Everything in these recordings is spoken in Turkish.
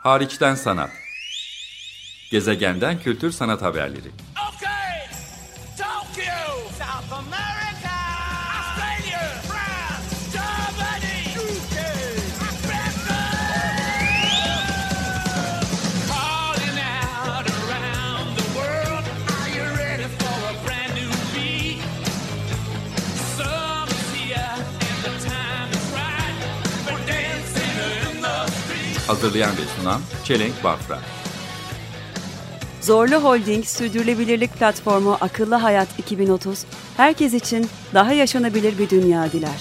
Hariçten sanat. Gezegenden kültür sanat haberleri. Okay, Tokyo, South America, Australia, France, Germany, UK, Africa. Calling out around the world, are you ready for a brand new beat? Summer's here and the time is right. We're dancing in the street. Hazırlayan ve sunan Çelenk Bafra. Zorlu Holding Sürdürülebilirlik Platformu Akıllı Hayat 2030, herkes için daha yaşanabilir bir dünya diler.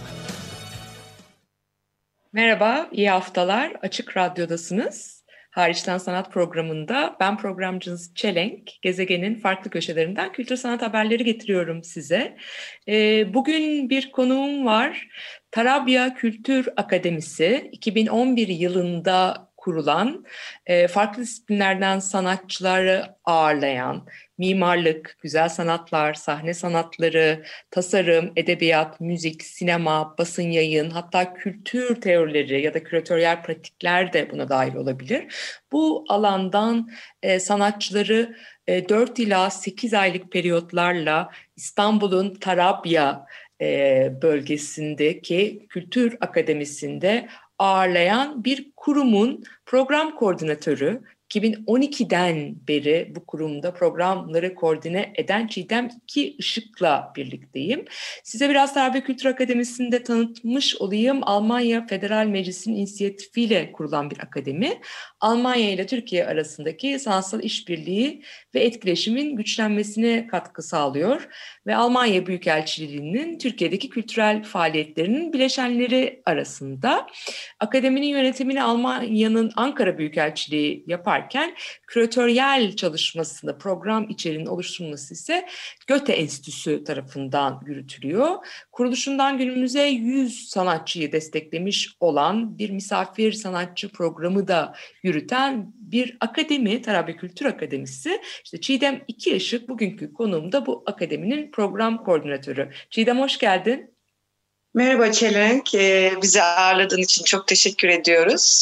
Merhaba, iyi haftalar. Açık Radyo'dasınız. Hariçten Sanat programında ben programcınız Çelenk. Gezegenin farklı köşelerinden kültür sanat haberleri getiriyorum size. Bugün bir konuğum var. Tarabya Kültür Akademisi 2011 yılında kurulan, farklı disiplinlerden sanatçıları ağırlayan, mimarlık, güzel sanatlar, sahne sanatları, tasarım, edebiyat, müzik, sinema, basın yayın, hatta kültür teorileri ya da küratöryel pratikler de buna dahil olabilir. Bu alandan sanatçıları 4 ila 8 aylık periyotlarla İstanbul'un Tarabya bölgesindeki Kültür Akademisi'nde ağırlayan bir kurumun program koordinatörü. 2012'den beri bu kurumda programları koordine eden Çiğdem İki Işık'la birlikteyim. Size biraz Tarabya Kültür Akademisi'nde tanıtmış olayım. Almanya Federal Meclisi'nin inisiyatifiyle kurulan bir akademi. Almanya ile Türkiye arasındaki sanatsal işbirliği ve etkileşimin güçlenmesine katkı sağlıyor. Ve Almanya Büyükelçiliği'nin Türkiye'deki kültürel faaliyetlerinin bileşenleri arasında. Akademinin yönetimini Almanya'nın Ankara Büyükelçiliği yaparken küratöryel çalışmasında program içeriğinin oluşturulması ise Goethe Enstitüsü tarafından yürütülüyor. Kuruluşundan günümüze 100 sanatçıyı desteklemiş olan bir misafir sanatçı programı da yürüten bir akademi, Tarabya Kültür Akademisi. İşte Çiğdem İki Işık bugünkü konuğum da bu akademinin program koordinatörü. Çiğdem hoş geldin. Merhaba Çelenk, bizi ağırladığın için çok teşekkür ediyoruz.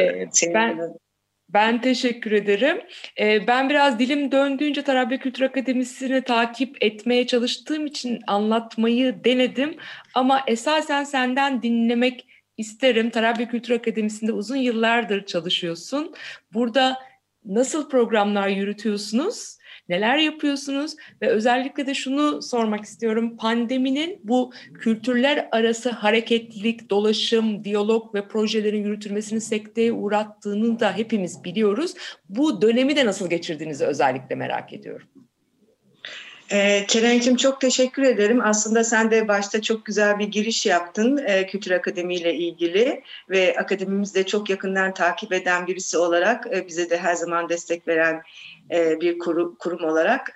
Ben teşekkür ederim. Ben biraz dilim döndüğünce Tarabya Kültür Akademisi'ni takip etmeye çalıştığım için anlatmayı denedim. Ama esasen senden dinlemek isterim. Tarabya Kültür Akademisi'nde uzun yıllardır çalışıyorsun. Burada nasıl programlar yürütüyorsunuz? Neler yapıyorsunuz? Ve özellikle de şunu sormak istiyorum. Pandeminin bu kültürler arası hareketlilik, dolaşım, diyalog ve projelerin yürütülmesini sekteye uğrattığını da hepimiz biliyoruz. Bu dönemi de nasıl geçirdiğinizi özellikle merak ediyorum. Çelenk'cim çok teşekkür ederim. Aslında sen de başta çok güzel bir giriş yaptın Kültür Akademi ile ilgili ve akademimizi de çok yakından takip eden birisi olarak bize de her zaman destek veren bir kurum olarak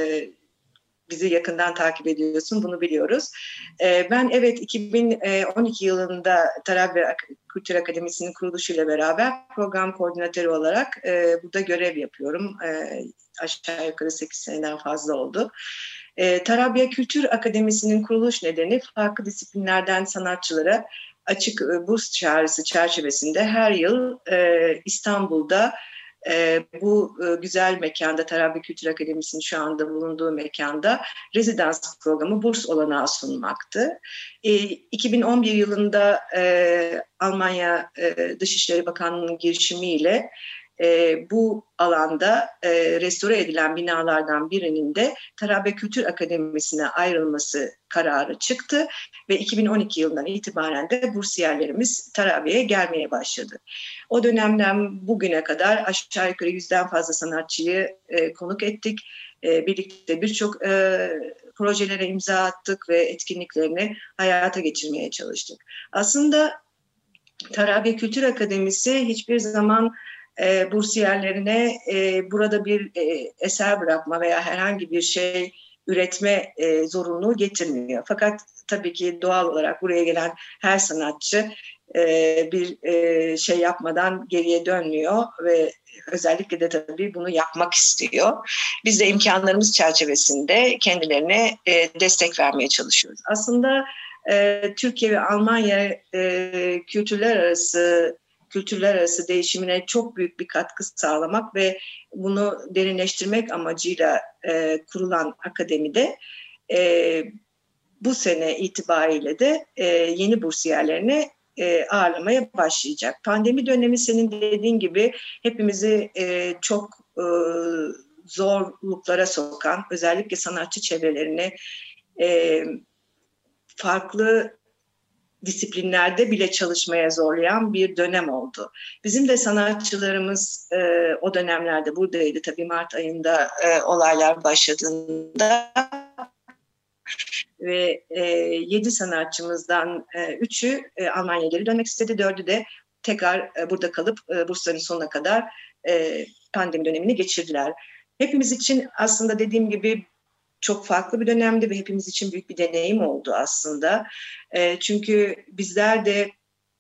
bizi yakından takip ediyorsun, bunu biliyoruz. Ben evet 2012 yılında Tarabya Kültür Akademisi'nin kuruluşuyla beraber program koordinatörü olarak burada görev yapıyorum. Aşağı yukarı 8 seneden fazla oldu. Tarabya Kültür Akademisi'nin kuruluş nedeni farklı disiplinlerden sanatçılara açık burs çağrısı çerçevesinde her yıl İstanbul'da bu güzel mekanda, Tarabya Kültür Akademisi'nin şu anda bulunduğu mekanda rezidans programı burs olanağı sunmaktı. 2011 yılında Almanya Dışişleri Bakanlığı'nın girişimiyle bu alanda restore edilen binalardan birinin de Tarabya Kültür Akademisi'ne ayrılması kararı çıktı ve 2012 yılından itibaren de bursiyerlerimiz Tarabya'ya gelmeye başladı. O dönemden bugüne kadar aşağı yukarı 100'den fazla sanatçıyı konuk ettik. Birlikte birçok projelere imza attık ve etkinliklerini hayata geçirmeye çalıştık. Aslında Tarabya Kültür Akademisi hiçbir zaman bursiyerlerine burada bir eser bırakma veya herhangi bir şey üretme zorunluluğu getirmiyor. Fakat tabii ki doğal olarak buraya gelen her sanatçı bir şey yapmadan geriye dönmüyor ve özellikle de tabii bunu yapmak istiyor. Biz de imkanlarımız çerçevesinde kendilerine destek vermeye çalışıyoruz. Aslında Türkiye ve Almanya kültürler arası kültürler arası değişimine çok büyük bir katkı sağlamak ve bunu derinleştirmek amacıyla kurulan akademide bu sene itibariyle de yeni bursiyerlerini ağırlamaya başlayacak. Pandemi dönemi senin dediğin gibi hepimizi çok zorluklara sokan, özellikle sanatçı çevrelerini farklı disiplinlerde bile çalışmaya zorlayan bir dönem oldu. Bizim de sanatçılarımız o dönemlerde buradaydı. Tabii Mart ayında olaylar başladığında ve 7 sanatçımızdan 3'ü Almanya'ya geri dönmek istedi. 4'ü de tekrar burada kalıp bursların sonuna kadar pandemi dönemini geçirdiler. Hepimiz için aslında dediğim gibi çok farklı bir dönemdi ve hepimiz için büyük bir deneyim oldu aslında. Çünkü bizler de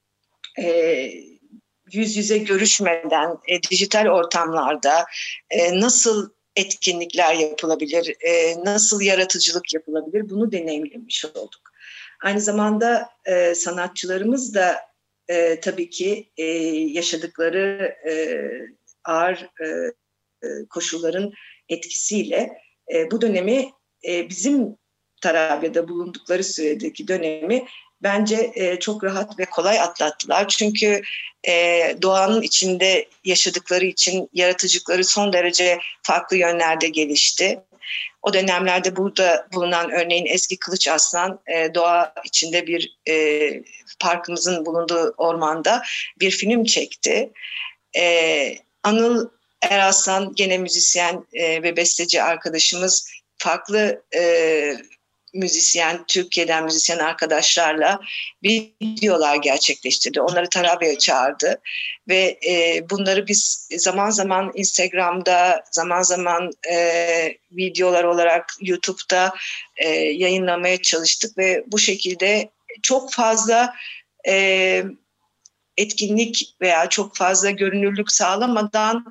yüz yüze görüşmeden dijital ortamlarda nasıl etkinlikler yapılabilir, nasıl yaratıcılık yapılabilir bunu deneyimlemiş olduk. Aynı zamanda sanatçılarımız da tabii ki yaşadıkları ağır koşulların etkisiyle bu dönemi bizim Tarabya'da bulundukları süredeki dönemi bence çok rahat ve kolay atlattılar. Çünkü doğanın içinde yaşadıkları için yaratıcılıkları son derece farklı yönlerde gelişti. O dönemlerde burada bulunan örneğin Ezgi Kılıçarslan doğa içinde bir parkımızın bulunduğu ormanda bir film çekti. Anıl Eraslan gene müzisyen ve besteci arkadaşımız farklı müzisyen, Türkiye'den müzisyen arkadaşlarla videolar gerçekleştirdi. Onları Tarabya'ya çağırdı ve bunları biz zaman zaman Instagram'da, zaman zaman videolar olarak YouTube'da yayınlamaya çalıştık ve bu şekilde çok fazla etkinlik veya çok fazla görünürlük sağlamadan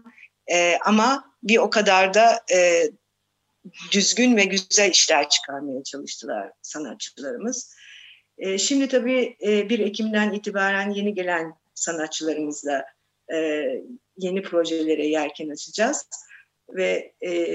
ama bir o kadar da düzgün ve güzel işler çıkarmaya çalıştılar sanatçılarımız. Şimdi tabii 1 Ekim'den itibaren yeni gelen sanatçılarımızla yeni projelere yelken açacağız. Ve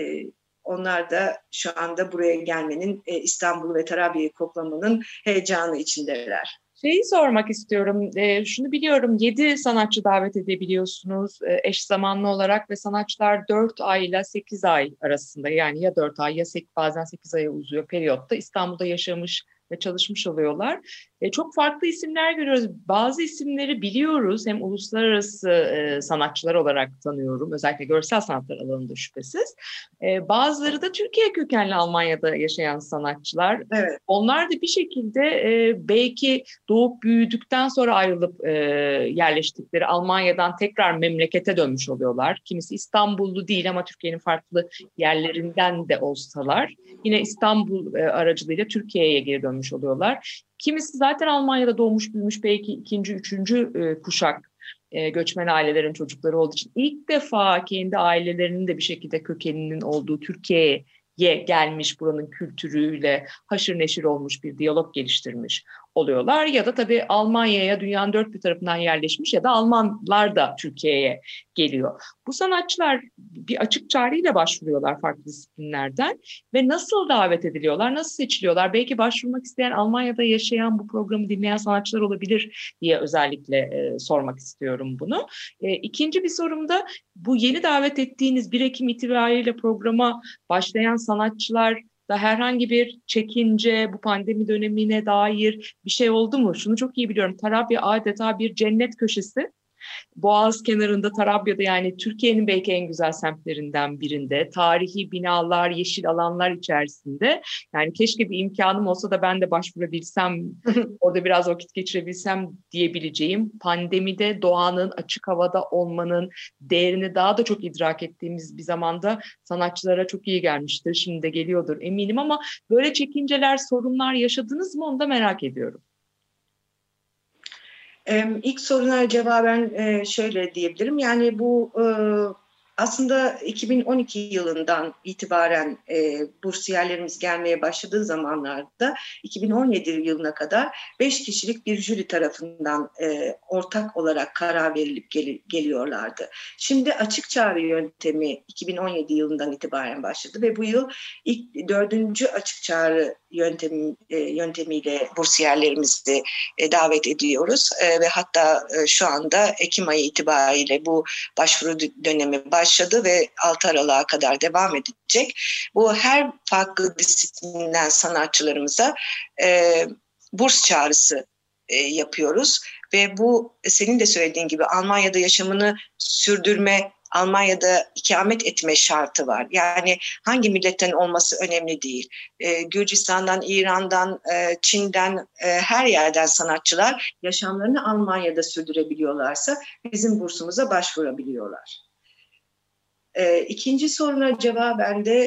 onlar da şu anda buraya gelmenin, İstanbul ve Tarabya'yı koklamanın heyecanı içindeler. Şeyi sormak istiyorum. Şunu biliyorum, 7 sanatçı davet edebiliyorsunuz eş zamanlı olarak ve sanatçılar 4 ay ile 8 ay arasında, yani ya 4 ay ya bazen 8 aya uzuyor periyotta İstanbul'da yaşamış ve çalışmış oluyorlar. Çok farklı isimler görüyoruz. Bazı isimleri biliyoruz. Hem uluslararası sanatçılar olarak tanıyorum. Özellikle görsel sanatlar alanında şüphesiz. Bazıları da Türkiye kökenli Almanya'da yaşayan sanatçılar. Evet. Onlar da bir şekilde belki doğup büyüdükten sonra ayrılıp yerleştikleri Almanya'dan tekrar memlekete dönmüş oluyorlar. Kimisi İstanbullu değil ama Türkiye'nin farklı yerlerinden de olsalar yine İstanbul aracılığıyla Türkiye'ye geri dönmüş oluyorlar. Kimisi zaten Almanya'da doğmuş büyümüş, belki 2. 3. kuşak göçmen ailelerin çocukları olduğu için ilk defa kendi ailelerinin de bir şekilde kökeninin olduğu Türkiye'ye gelmiş, buranın kültürüyle haşır neşir olmuş bir diyalog geliştirmiş oluyorlar. Ya da tabii Almanya'ya dünyanın dört bir tarafından yerleşmiş ya da Almanlar da Türkiye'ye geliyor. Bu sanatçılar bir açık çağrıyla başvuruyorlar farklı disiplinlerden ve nasıl davet ediliyorlar, nasıl seçiliyorlar? Belki başvurmak isteyen Almanya'da yaşayan, bu programı dinleyen sanatçılar olabilir diye özellikle sormak istiyorum bunu. İkinci bir sorum da bu yeni davet ettiğiniz 1 Ekim itibariyle programa başlayan sanatçılar da herhangi bir çekince, bu pandemi dönemine dair bir şey oldu mu? Şunu çok iyi biliyorum. Tarabya adeta bir cennet köşesi. Boğaz kenarında Tarabya'da, yani Türkiye'nin belki en güzel semtlerinden birinde, tarihi binalar, yeşil alanlar içerisinde. Yani keşke bir imkanım olsa da ben de başvurabilsem, orada biraz vakit geçirebilsem diyebileceğim. Pandemide doğanın, açık havada olmanın değerini daha da çok idrak ettiğimiz bir zamanda sanatçılara çok iyi gelmiştir. Şimdi de geliyordur eminim ama böyle çekinceler, sorunlar yaşadınız mı, onu da merak ediyorum. İlk soruna cevaben şöyle diyebilirim. Yani bu Aslında 2012 yılından itibaren bursiyerlerimiz gelmeye başladığı zamanlarda 2017 yılına kadar 5 kişilik bir jüri tarafından ortak olarak karar verilip geliyorlardı. Şimdi açık çağrı yöntemi 2017 yılından itibaren başladı ve bu yıl ilk 4. açık çağrı yöntemiyle bursiyerlerimizi davet ediyoruz ve hatta şu anda Ekim ayı itibariyle bu başvuru dönemi başladı ve 6 Aralık'a kadar devam edecek. Bu her farklı disiplinden sanatçılarımıza burs çağrısı yapıyoruz ve bu senin de söylediğin gibi Almanya'da yaşamını sürdürme, Almanya'da ikamet etme şartı var. Yani hangi milletten olması önemli değil. Gürcistan'dan, İran'dan, Çin'den, her yerden sanatçılar yaşamlarını Almanya'da sürdürebiliyorlarsa bizim bursumuza başvurabiliyorlar. İkinci soruna cevaben de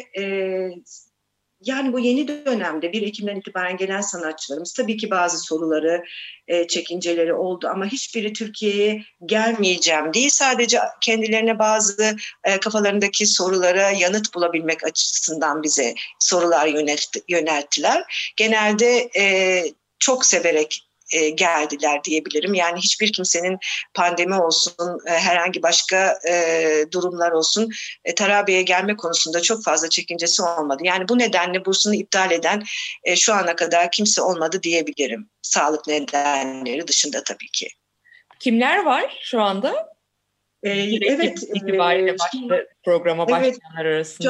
yani bu yeni dönemde 1 Ekim'den itibaren gelen sanatçılarımız tabii ki bazı soruları, çekinceleri oldu ama hiçbiri Türkiye'ye gelmeyeceğim değil. Sadece kendilerine bazı kafalarındaki sorulara yanıt bulabilmek açısından bize sorular yönelttiler. Genelde çok severek geldiler diyebilirim. Yani hiçbir kimsenin pandemi olsun, herhangi başka durumlar olsun Tarabya'ya gelme konusunda çok fazla çekincesi olmadı. Yani bu nedenle bursunu iptal eden şu ana kadar kimse olmadı diyebilirim. Sağlık nedenleri dışında tabii ki. Kimler var şu anda? Evet. İtibariyle programa başlayanlar arasında.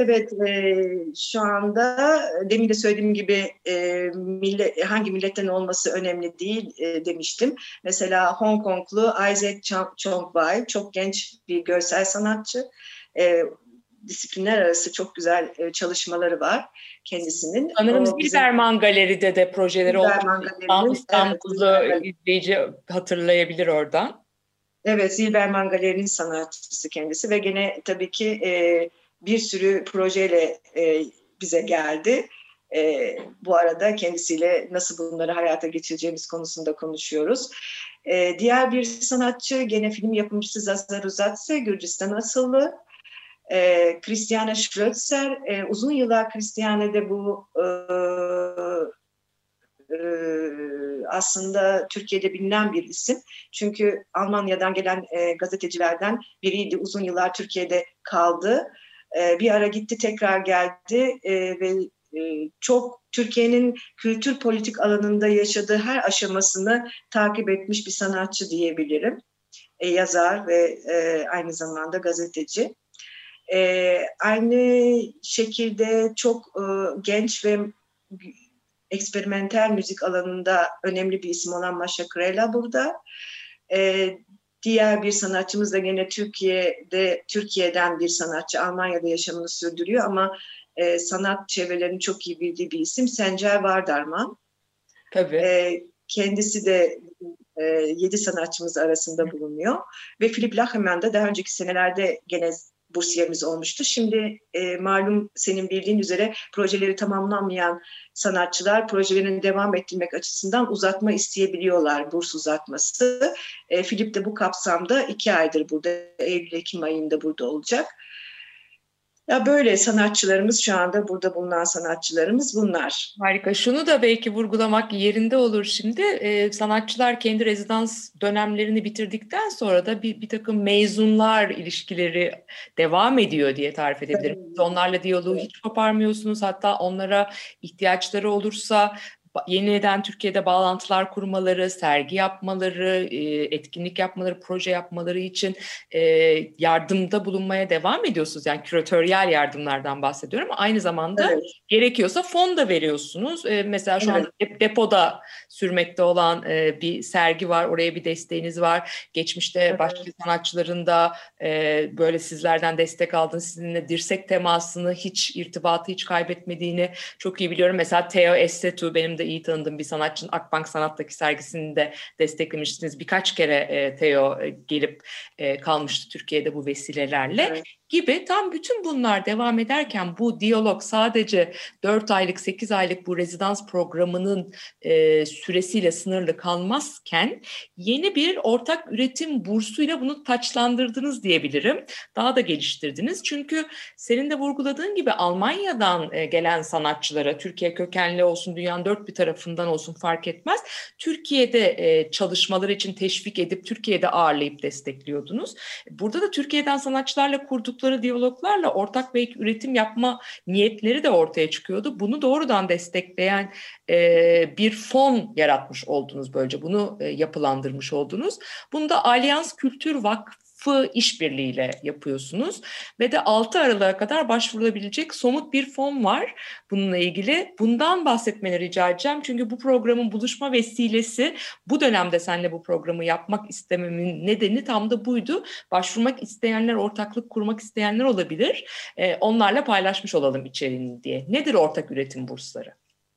Şu anda demin de söylediğim gibi hangi milletten olması önemli değil demiştim. Mesela Hong Konglu Isaac Chong-bai çok genç bir görsel sanatçı. Disiplinler arası çok güzel çalışmaları var kendisinin. Sanırım Zilberman Galeri'de de projeleri oldu. İstanbul'da izleyici hatırlayabilir oradan. Evet, Zilberman Galeri'nin sanatçısı kendisi ve gene tabii ki bir sürü projeyle bize geldi. Bu arada kendisiyle nasıl bunları hayata geçireceğimiz konusunda konuşuyoruz. Diğer bir sanatçı gene film yapımcısı Zaza Ruzatse, Gürcistan asıllı. Christiane Schrötzer, uzun yıllar Christiane'de bu aslında Türkiye'de bilinen bir isim. Çünkü Almanya'dan gelen gazetecilerden biriydi. Uzun yıllar Türkiye'de kaldı. Bir ara gitti, tekrar geldi ve çok Türkiye'nin kültür politik alanında yaşadığı her aşamasını takip etmiş bir sanatçı diyebilirim. Yazar ve aynı zamanda gazeteci. Aynı şekilde çok genç ve eksperimental müzik alanında önemli bir isim olan Masha Krela burada. Diğer bir sanatçımız da gene Türkiye'den bir sanatçı, Almanya'da yaşamını sürdürüyor ama sanat çevrelerini çok iyi bildiği bir isim Sencer Vardarman. Tabii. Kendisi de 7 sanatçımız arasında bulunuyor ve Philipp Lachemann da daha önceki senelerde gene bursiyerimiz olmuştu. Şimdi malum senin bildiğin üzere projeleri tamamlanmayan sanatçılar projelerini devam ettirmek açısından uzatma isteyebiliyorlar, burs uzatması. Philip de bu kapsamda 2 aydır burada, Eylül-Ekim ayında burada olacak. Ya böyle sanatçılarımız şu anda burada bulunan sanatçılarımız bunlar. Harika. Şunu da belki vurgulamak yerinde olur şimdi. Sanatçılar kendi rezidans dönemlerini bitirdikten sonra da bir takım mezunlar ilişkileri devam ediyor diye tarif edebilirim. Onlarla diyaloğu hiç koparmıyorsunuz. Hatta onlara ihtiyaçları olursa yeniden Türkiye'de bağlantılar kurmaları, sergi yapmaları, etkinlik yapmaları, proje yapmaları için yardımda bulunmaya devam ediyorsunuz. Yani küratöryel yardımlardan bahsediyorum ama aynı zamanda gerekiyorsa fon da veriyorsunuz. Mesela şu anda depoda sürmekte olan bir sergi var. Oraya bir desteğiniz var. Geçmişte başka sanatçıların da böyle sizlerden destek aldığını, sizinle dirsek temasını, irtibatı hiç kaybetmediğini çok iyi biliyorum. Mesela Theo Estetu, benim de iyi tanıdığım bir sanatçının Akbank Sanat'taki sergisini de desteklemiştiniz. Birkaç kere Theo gelip kalmıştı Türkiye'de bu vesilelerle. Evet. gibi. Tam bütün bunlar devam ederken bu diyalog sadece 4 aylık 8 aylık bu rezidans programının süresiyle sınırlı kalmazken yeni bir ortak üretim bursuyla bunu taçlandırdınız diyebilirim. Daha da geliştirdiniz. Çünkü senin de vurguladığın gibi Almanya'dan gelen sanatçılara, Türkiye kökenli olsun, dünyanın dört bir tarafından olsun fark etmez, Türkiye'de çalışmaları için teşvik edip Türkiye'de ağırlayıp destekliyordunuz. Burada da Türkiye'den sanatçılarla kurdukları diyaloglarla ortak belki üretim yapma niyetleri de ortaya çıkıyordu. Bunu doğrudan destekleyen bir fon yaratmış oldunuz böylece. Bunu yapılandırmış oldunuz. Bunu da Alyans Kültür Vakfı işbirliğiyle yapıyorsunuz. Ve de 6 Aralık'a kadar başvurulabilecek somut bir fon var bununla ilgili. Bundan bahsetmeni rica edeceğim. Çünkü bu programın buluşma vesilesi, bu dönemde seninle bu programı yapmak istememin nedeni tam da buydu. Başvurmak isteyenler, ortaklık kurmak isteyenler olabilir. Onlarla paylaşmış olalım içeriğini diye. Nedir ortak üretim bursları?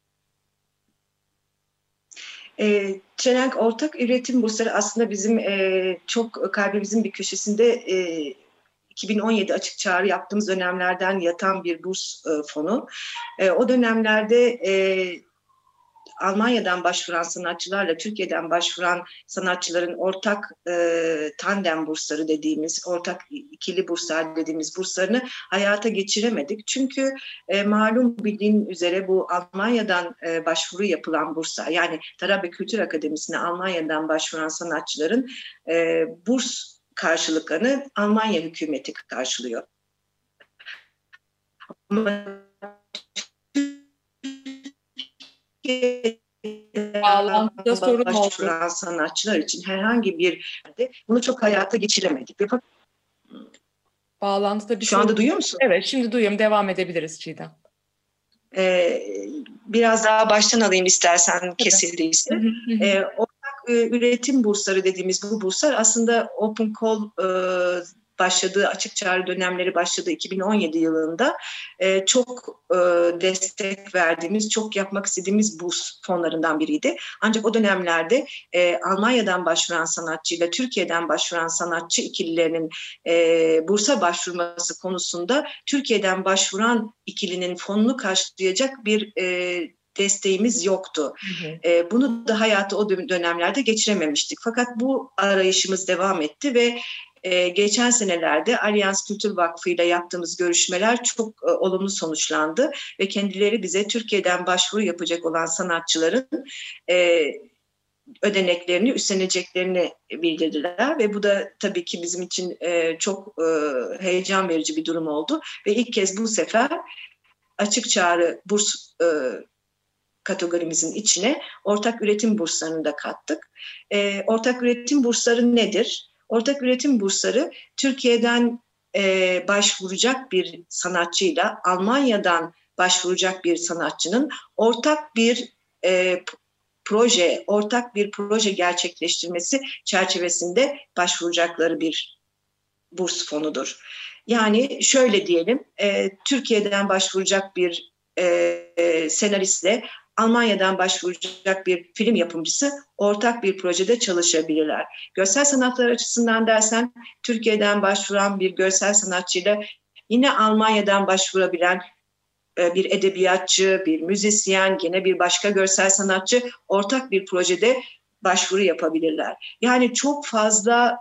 Çelenk ortak üretim bursları aslında bizim çok kalbimizin bir köşesinde 2017 açık çağrı yaptığımız dönemlerden yatan bir burs fonu. O dönemlerde Almanya'dan başvuran sanatçılarla Türkiye'den başvuran sanatçıların ortak tandem bursları dediğimiz, ortak ikili burslar dediğimiz burslarını hayata geçiremedik. Çünkü malum bildiğin üzere bu Almanya'dan başvuru yapılan burslar, yani Tarabya Kültür Akademisi'ne Almanya'dan başvuran sanatçıların burs karşılıklarını Almanya hükümeti karşılıyor. Bağlantıda sorun oldu. Başvuran sanatçılar için herhangi bir yerde bunu çok hayata geçiremedik. Bağlantıda bir Şu anda duyuyor musun? Evet, şimdi duyuyorum. Devam edebiliriz Çiğdem. Biraz daha baştan alayım istersen, kesildiyse. Ortak üretim bursları dediğimiz bu burslar aslında Open Call başladığı, açık çağrı dönemleri başladığı 2017 yılında çok destek verdiğimiz, çok yapmak istediğimiz burs fonlarından biriydi. Ancak o dönemlerde Almanya'dan başvuran sanatçıyla Türkiye'den başvuran sanatçı ikililerinin bursa başvurması konusunda Türkiye'den başvuran ikilinin fonunu karşılayacak bir desteğimiz yoktu. Bunu da hayata o dönemlerde geçirememiştik. Fakat bu arayışımız devam etti ve geçen senelerde Alyans Kültür Vakfı ile yaptığımız görüşmeler çok olumlu sonuçlandı ve kendileri bize Türkiye'den başvuru yapacak olan sanatçıların ödeneklerini üstleneceklerini bildirdiler ve bu da tabii ki bizim için çok heyecan verici bir durum oldu ve ilk kez bu sefer açık çağrı burs kategorimizin içine ortak üretim burslarını da kattık. Ortak üretim bursları nedir? Ortak üretim bursları Türkiye'den başvuracak bir sanatçıyla Almanya'dan başvuracak bir sanatçının ortak bir proje gerçekleştirmesi çerçevesinde başvuracakları bir burs fonudur. Yani şöyle diyelim, Türkiye'den başvuracak bir senaristle Almanya'dan başvuracak bir film yapımcısı ortak bir projede çalışabilirler. Görsel sanatlar açısından dersen, Türkiye'den başvuran bir görsel sanatçıyla yine Almanya'dan başvurabilen bir edebiyatçı, bir müzisyen, gene bir başka görsel sanatçı ortak bir projede başvuru yapabilirler. Yani çok fazla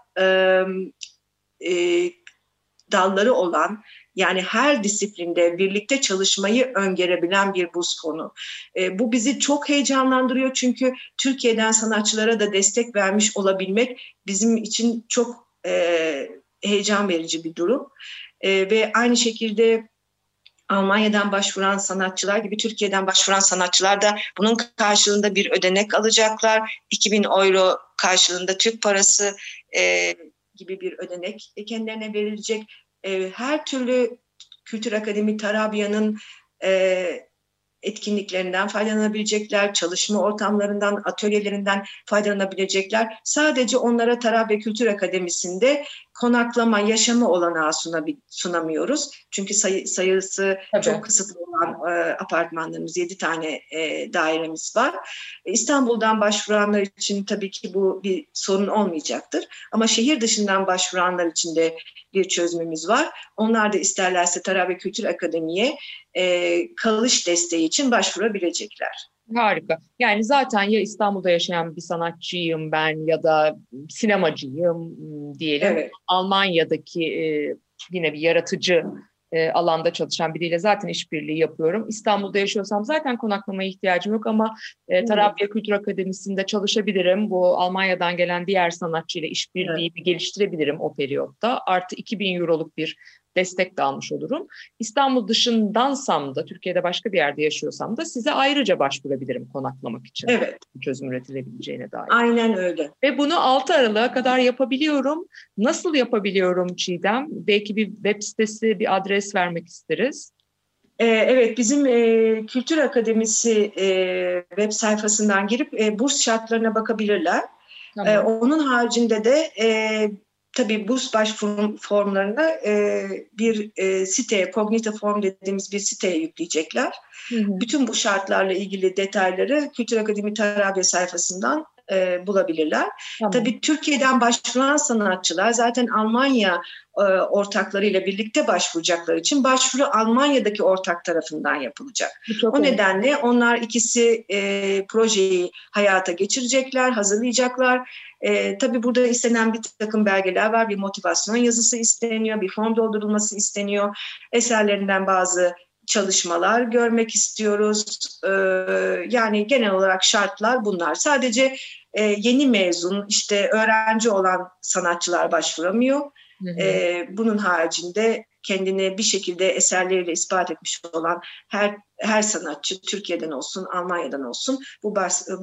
dalları olan, yani her disiplinde birlikte çalışmayı öngörebilen bir burs fonu. Bu bizi çok heyecanlandırıyor çünkü Türkiye'den sanatçılara da destek vermiş olabilmek bizim için çok heyecan verici bir durum. Ve aynı şekilde Almanya'dan başvuran sanatçılar gibi Türkiye'den başvuran sanatçılar da bunun karşılığında bir ödenek alacaklar. 2000 euro karşılığında Türk parası gibi bir ödenek kendilerine verilecek. Her türlü Kültür Akademi Tarabya'nın etkinliklerinden faydalanabilecekler, çalışma ortamlarından, atölyelerinden faydalanabilecekler. Sadece onlara Tarabya Kültür Akademisi'nde konaklama, yaşama olanağı sunamıyoruz. Çünkü sayısı Tabii. çok kısıtlı olan apartmanlarımız, 7 tane dairemiz var. İstanbul'dan başvuranlar için tabii ki bu bir sorun olmayacaktır. Ama şehir dışından başvuranlar için de bir çözümümüz var. Onlar da isterlerse Tarabya Kültür Akademi'ye kalış desteği için başvurabilecekler. Harika. Yani zaten ya İstanbul'da yaşayan bir sanatçıyım ben ya da sinemacıyım diyelim. Evet. Almanya'daki yine bir yaratıcı alanda çalışan biriyle zaten işbirliği yapıyorum. İstanbul'da yaşıyorsam zaten konaklamaya ihtiyacım yok ama Tarabya Kültür Akademisi'nde çalışabilirim. Bu Almanya'dan gelen diğer sanatçıyla işbirliği geliştirebilirim o periyotta. Artı 2.000 euroluk bir destek de almış olurum. İstanbul dışındansam da, Türkiye'de başka bir yerde yaşıyorsam da size ayrıca başvurabilirim konaklamak için. Evet. Çözüm üretilebileceğine dair. Aynen öyle. Ve bunu 6 Aralık'a kadar yapabiliyorum. Nasıl yapabiliyorum Çiğdem? Belki bir web sitesi, bir adres vermek isteriz. Evet, bizim Kültür Akademisi web sayfasından girip burs şartlarına bakabilirler. Tamam. Onun haricinde de tabii burs başvuru formlarına bir siteye, Cognito Form dediğimiz bir siteye yükleyecekler. Bütün bu şartlarla ilgili detayları Kültür Akademi Tarabya sayfasından bulabilirler. Tamam. Tabii Türkiye'den başvuran sanatçılar zaten Almanya ortaklarıyla birlikte başvuracakları için başvuru Almanya'daki ortak tarafından yapılacak. O nedenle onlar ikisi projeyi hayata geçirecekler, hazırlayacaklar. Tabii burada istenen bir takım belgeler var. Bir motivasyon yazısı isteniyor, bir form doldurulması isteniyor. Eserlerinden bazı çalışmalar görmek istiyoruz. Yani genel olarak şartlar bunlar. Sadece yeni mezun, işte öğrenci olan sanatçılar başvuramıyor. Bunun haricinde kendini bir şekilde eserleriyle ispat etmiş olan her sanatçı, Türkiye'den olsun, Almanya'dan olsun bu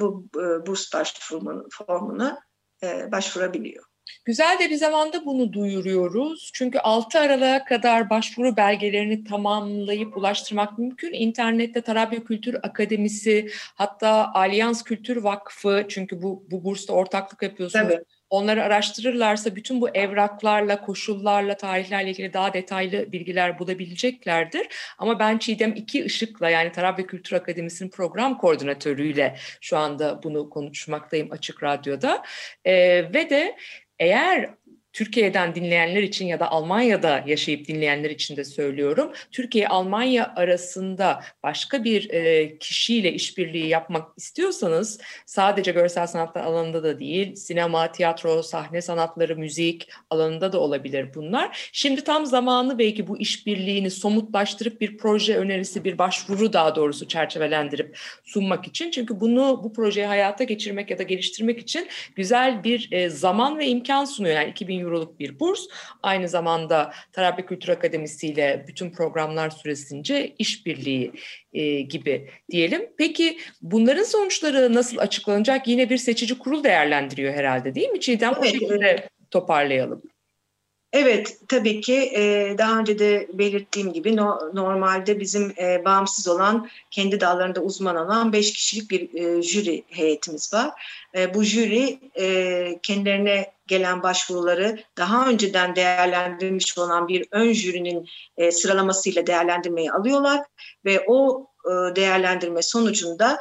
burs başvuru formuna başvurabiliyor. Güzel de bir zamanda bunu duyuruyoruz. Çünkü 6 Aralık'a kadar başvuru belgelerini tamamlayıp ulaştırmak mümkün. İnternette Tarabya Kültür Akademisi, hatta Alyans Kültür Vakfı, çünkü bu bursla ortaklık yapıyorsunuz. Tabii. Onları araştırırlarsa bütün bu evraklarla, koşullarla, tarihlerle ilgili daha detaylı bilgiler bulabileceklerdir. Ama ben Çiğdem İki Işık'la, yani Tarabya Kültür Akademisi'nin program koordinatörüyle şu anda bunu konuşmaktayım Açık Radyo'da. Ve de eğer Türkiye'den dinleyenler için ya da Almanya'da yaşayıp dinleyenler için de söylüyorum. Türkiye-Almanya arasında başka bir kişiyle işbirliği yapmak istiyorsanız, sadece görsel sanatlar alanında da değil, sinema, tiyatro, sahne sanatları, müzik alanında da olabilir bunlar. Şimdi tam zamanı belki bu işbirliğini somutlaştırıp bir proje önerisi, bir başvuru daha doğrusu çerçevelendirip sunmak için. Çünkü bu projeyi hayata geçirmek ya da geliştirmek için güzel bir zaman ve imkan sunuyor. Yani 2.000 euroluk bir burs. Aynı zamanda Tarabya Kültür Akademisi ile bütün programlar süresince işbirliği gibi diyelim. Peki bunların sonuçları nasıl açıklanacak? Yine bir seçici kurul değerlendiriyor herhalde, değil mi Çiğdem? Evet, o şekilde toparlayalım. Evet, tabii ki daha önce de belirttiğim gibi normalde bizim bağımsız olan, kendi dallarında uzman olan 5 kişilik bir jüri heyetimiz var. Bu jüri kendilerine gelen başvuruları daha önceden değerlendirilmiş olan bir ön jürinin sıralamasıyla değerlendirmeyi alıyorlar ve o değerlendirme sonucunda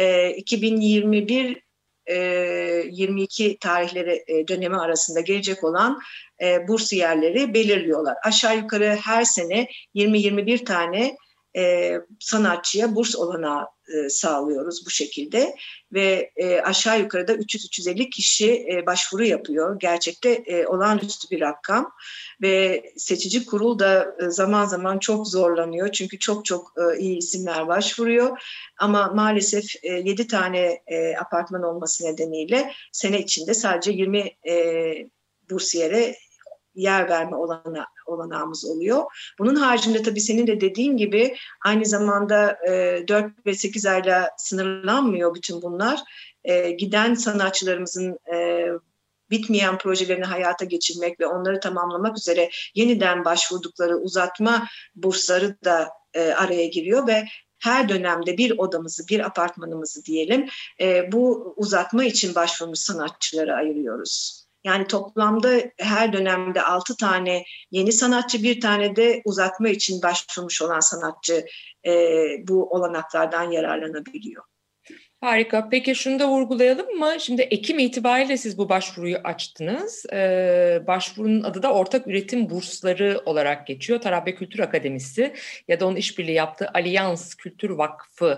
2021-22 tarihleri dönemi arasında gelecek olan bursiyerleri belirliyorlar. Aşağı yukarı her sene 20-21 tane sanatçıya burs olanağı sağlıyoruz bu şekilde ve aşağı yukarıda 300-350 kişi başvuru yapıyor. Gerçekte olağanüstü bir rakam ve seçici kurul da zaman zaman çok zorlanıyor çünkü çok iyi isimler başvuruyor ama maalesef 7 tane apartman olması nedeniyle sene içinde sadece 20 bursiyere yer verme olanağımız oluyor. Bunun haricinde tabii senin de dediğin gibi aynı zamanda 4 ve 8 ayla sınırlanmıyor bütün bunlar. Giden sanatçılarımızın bitmeyen projelerini hayata geçirmek ve onları tamamlamak üzere yeniden başvurdukları uzatma bursları da araya giriyor ve her dönemde bir odamızı, bir apartmanımızı diyelim bu uzatma için başvurmuş sanatçılara ayırıyoruz. Yani toplamda her dönemde 6 tane yeni sanatçı, bir tane de uzatma için başvurmuş olan sanatçı bu olanaklardan yararlanabiliyor. Harika. Peki şunu da vurgulayalım mı? Şimdi Ekim itibariyle siz bu başvuruyu açtınız. Başvurunun adı da Ortak Üretim Bursları olarak geçiyor. Tarabya Kültür Akademisi ya da onun işbirliği yaptığı Allianz Kültür Vakfı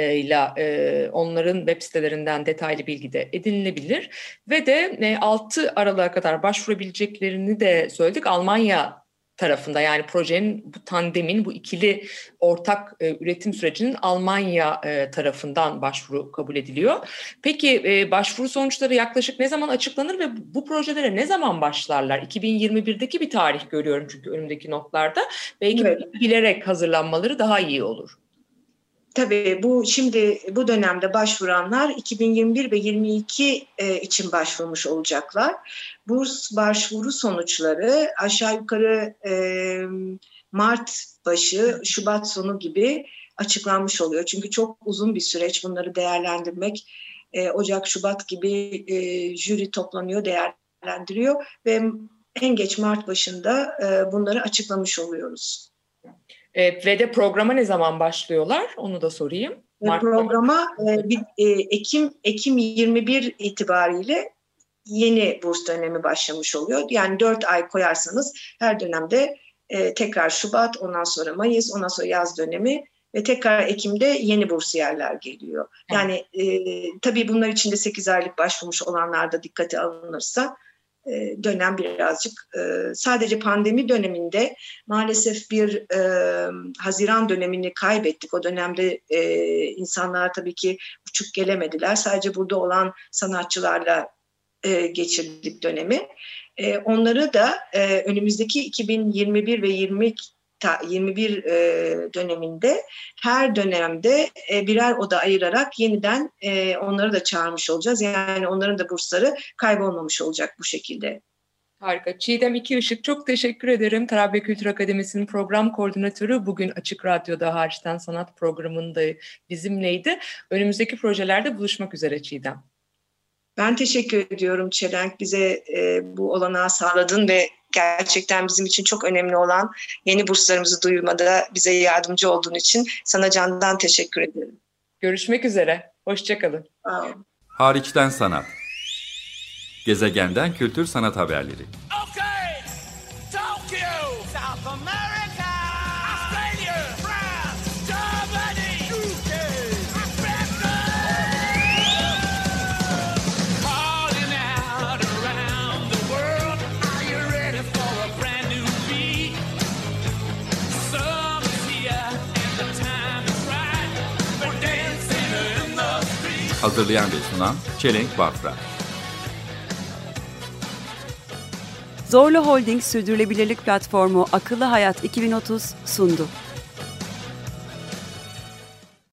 ile onların web sitelerinden detaylı bilgi de edinilebilir. Ve de 6 Aralık'a kadar başvurabileceklerini de söyledik. Almanya tarafında, yani projenin, bu tandemin, bu ikili ortak üretim sürecinin Almanya tarafından başvuru kabul ediliyor. Peki başvuru sonuçları yaklaşık ne zaman açıklanır ve bu projelere ne zaman başlarlar? 2021'deki bir tarih görüyorum çünkü önümdeki notlarda. Belki Evet. bilerek hazırlanmaları daha iyi olur. Tabii şimdi bu dönemde başvuranlar 2021 ve 22 için başvurmuş olacaklar. Burs başvuru sonuçları aşağı yukarı Mart başı, Şubat sonu gibi açıklanmış oluyor. Çünkü çok uzun bir süreç bunları değerlendirmek. Ocak, Şubat gibi jüri toplanıyor, değerlendiriyor ve en geç Mart başında bunları açıklamış oluyoruz. Ve de programa ne zaman başlıyorlar? Onu da sorayım. Programa Ekim 21 itibariyle yeni burs dönemi başlamış oluyor. Yani 4 ay koyarsanız her dönemde tekrar Şubat, ondan sonra Mayıs, ondan sonra yaz dönemi ve tekrar Ekim'de yeni bursiyerler geliyor. Yani tabii bunlar içinde 8 aylık başvurmuş olanlar da dikkate alınırsa dönem birazcık sadece pandemi döneminde maalesef bir Haziran dönemini kaybettik. O dönemde insanlar tabii ki uçup gelemediler. Sadece burada olan sanatçılarla geçirdik dönemi. Onları da önümüzdeki 2021 ve 21 döneminde her dönemde birer oda ayırarak yeniden onları da çağırmış olacağız. Yani onların da bursları kaybolmamış olacak bu şekilde. Harika. Çiğdem İkiışık, çok teşekkür ederim. Tarabya Kültür Akademisi'nin program koordinatörü, bugün Açık Radyo'da Hariçten Sanat programında bizimleydi. Önümüzdeki projelerde buluşmak üzere Çiğdem. Ben teşekkür ediyorum Çelenk. Bize bu olanağı sağladın ve gerçekten bizim için çok önemli olan yeni burslarımızı duyurmada bize yardımcı olduğun için sana candan teşekkür ederim. Görüşmek üzere. Hoşçakalın. Hariçten Sanat. Gezegenden kültür sanat haberleri. Okay, Tokyo, South America, Australia, France, Germany, UK, Africa. Calling out around the world, are you ready for a brand new beat? Summer's here and the time is right. We're dancing in the street. Hazırlayan ve sunan Çelenk Bafra. Zorlu Holding Sürdürülebilirlik Platformu Akıllı Hayat 2030 sundu.